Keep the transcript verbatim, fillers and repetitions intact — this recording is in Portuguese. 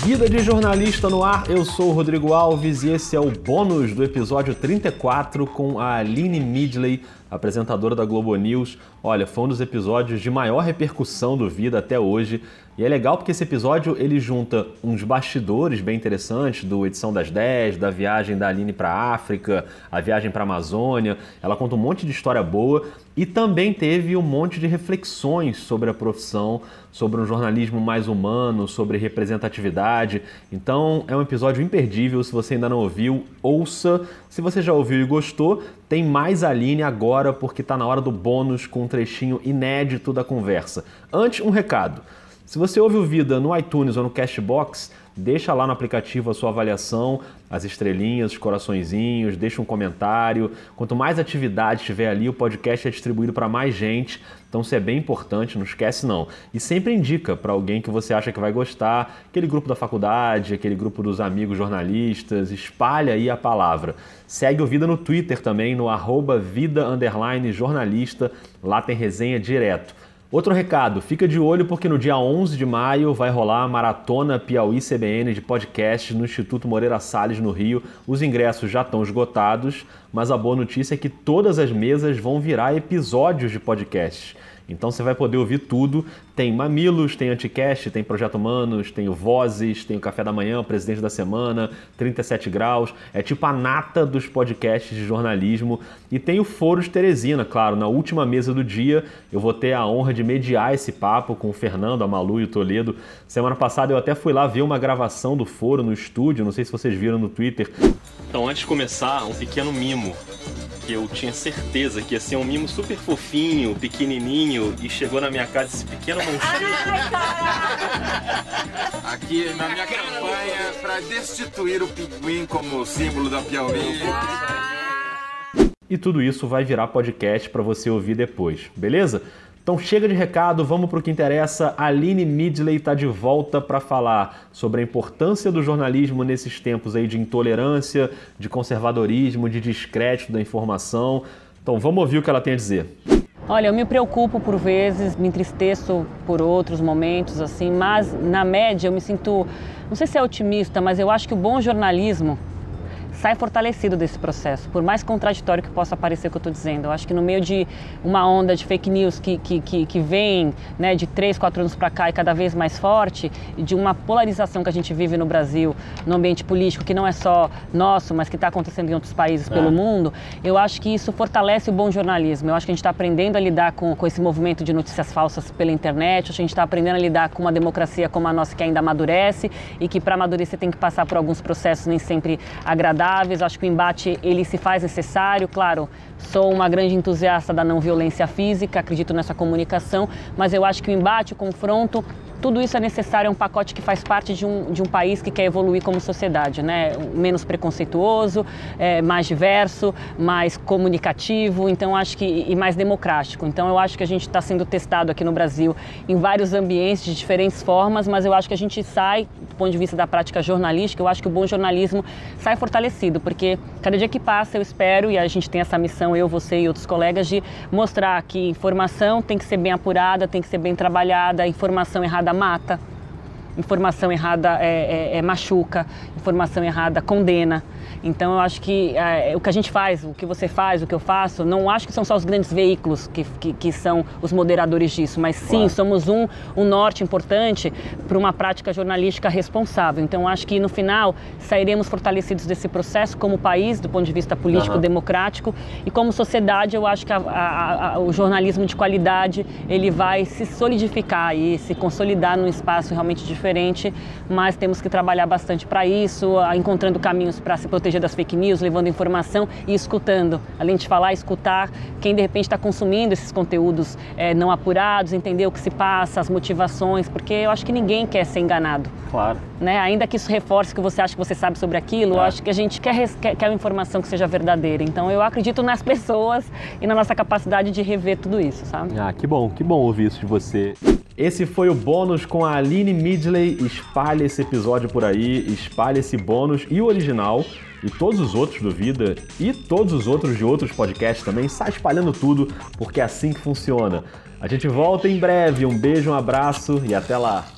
Vida de Jornalista no ar, eu sou o Rodrigo Alves e esse é o bônus do episódio trinta e quatro com a Aline Midley, apresentadora da Globo News. Olha, foi um dos episódios de maior repercussão do Vida até hoje. E é legal porque esse episódio ele junta uns bastidores bem interessantes do Edição das dez, da viagem da Aline para a África, a viagem para a Amazônia. Ela conta um monte de história boa e também teve um monte de reflexões sobre a profissão, sobre um jornalismo mais humano, sobre representatividade. Então é um episódio imperdível. Se você ainda não ouviu, ouça. Se você já ouviu e gostou, tem mais Aline agora porque está na hora do bônus com um trechinho inédito da conversa. Antes, um recado. Se você ouve o Vida no iTunes ou no Cashbox, deixa lá no aplicativo a sua avaliação, as estrelinhas, os coraçõezinhos, deixa um comentário. Quanto mais atividade tiver ali, o podcast é distribuído para mais gente. Então isso é bem importante, não esquece não. E sempre indica para alguém que você acha que vai gostar, aquele grupo da faculdade, aquele grupo dos amigos jornalistas, espalha aí a palavra. Segue o Vida no Twitter também, no arroba vida underline jornalista, lá tem resenha direto. Outro recado, fica de olho porque no dia onze de maio vai rolar a Maratona Piauí C B N de podcast no Instituto Moreira Salles, no Rio. Os ingressos já estão esgotados, mas a boa notícia é que todas as mesas vão virar episódios de podcast. Então você vai poder ouvir tudo. Tem Mamilos, tem Anticast, tem Projeto Humanos, tem o Vozes, tem o Café da Manhã, o Presidente da Semana, trinta e sete graus. É tipo a nata dos podcasts de jornalismo. E tem o Foro de Teresina, claro. Na última mesa do dia eu vou ter a honra de mediar esse papo com o Fernando, a Malu e o Toledo. Semana passada eu até fui lá ver uma gravação do Foro no estúdio. Não sei se vocês viram no Twitter. Então, antes de começar, um pequeno mimo. Que eu tinha certeza que ia ser um mimo super fofinho, pequenininho, e chegou na minha casa esse pequeno monstrinho. Aqui na minha campanha para destituir o pinguim como símbolo da Piauí. E tudo isso vai virar podcast para você ouvir depois, beleza? Então chega de recado, vamos para o que interessa. A Aline Midley está de volta para falar sobre a importância do jornalismo nesses tempos aí de intolerância, de conservadorismo, de descrédito da informação. Então vamos ouvir o que ela tem a dizer. Olha, eu me preocupo por vezes, me entristeço por outros momentos, assim, mas na média eu me sinto, não sei se é otimista, mas eu acho que o bom jornalismo sai fortalecido desse processo, por mais contraditório que possa parecer o que eu estou dizendo. Eu acho que no meio de uma onda de fake news que, que, que, que vem, né, de três, quatro anos para cá e cada vez mais forte, e de uma polarização que a gente vive no Brasil, no ambiente político, que não é só nosso, mas que está acontecendo em outros países é. pelo mundo, eu acho que isso fortalece o bom jornalismo. Eu acho que a gente está aprendendo a lidar com, com esse movimento de notícias falsas pela internet, acho que a gente está aprendendo a lidar com uma democracia como a nossa que ainda amadurece e que para amadurecer tem que passar por alguns processos nem sempre agradáveis. Acho que o embate ele se faz necessário, claro, sou uma grande entusiasta da não violência física, acredito nessa comunicação, mas eu acho que o embate, o confronto, tudo isso é necessário, é um pacote que faz parte de um, de um país que quer evoluir como sociedade, né? Menos preconceituoso, é, mais diverso, mais comunicativo, então acho que, e mais democrático. Então eu acho que a gente está sendo testado aqui no Brasil em vários ambientes de diferentes formas, mas eu acho que a gente sai, do ponto de vista da prática jornalística, eu acho que o bom jornalismo sai fortalecido, porque cada dia que passa eu espero, e a gente tem essa missão, eu, você e outros colegas, de mostrar que informação tem que ser bem apurada, tem que ser bem trabalhada, informação errada mata, informação errada é, é, é machuca, informação errada condena. Então eu acho que é, o que a gente faz, o que você faz, o que eu faço, não acho que são só os grandes veículos que, que, que são os moderadores disso, mas sim, claro, somos um, um norte importante para uma prática jornalística responsável. Então eu acho que no final sairemos fortalecidos desse processo como país, do ponto de vista político, uhum. democrático, e como sociedade eu acho que a, a, a, o jornalismo de qualidade ele vai se solidificar e se consolidar num espaço realmente diferente, mas temos que trabalhar bastante para isso, encontrando caminhos para se proteger das fake news, levando informação e escutando. Além de falar, escutar quem de repente está consumindo esses conteúdos é, não apurados, entender o que se passa, as motivações, porque eu acho que ninguém quer ser enganado. Claro. Né? Ainda que isso reforce que você acha que você sabe sobre aquilo, é. eu acho que a gente quer, quer, quer uma informação que seja verdadeira. Então eu acredito nas pessoas e na nossa capacidade de rever tudo isso, sabe? Ah, que bom, que bom ouvir isso de você. Esse foi o bônus com a Aline Midley. Espalhe esse episódio por aí, espalhe esse bônus e o original e todos os outros do Vida e todos os outros de outros podcasts também. Sai espalhando tudo, porque é assim que funciona. A gente volta em breve. Um beijo, um abraço e até lá.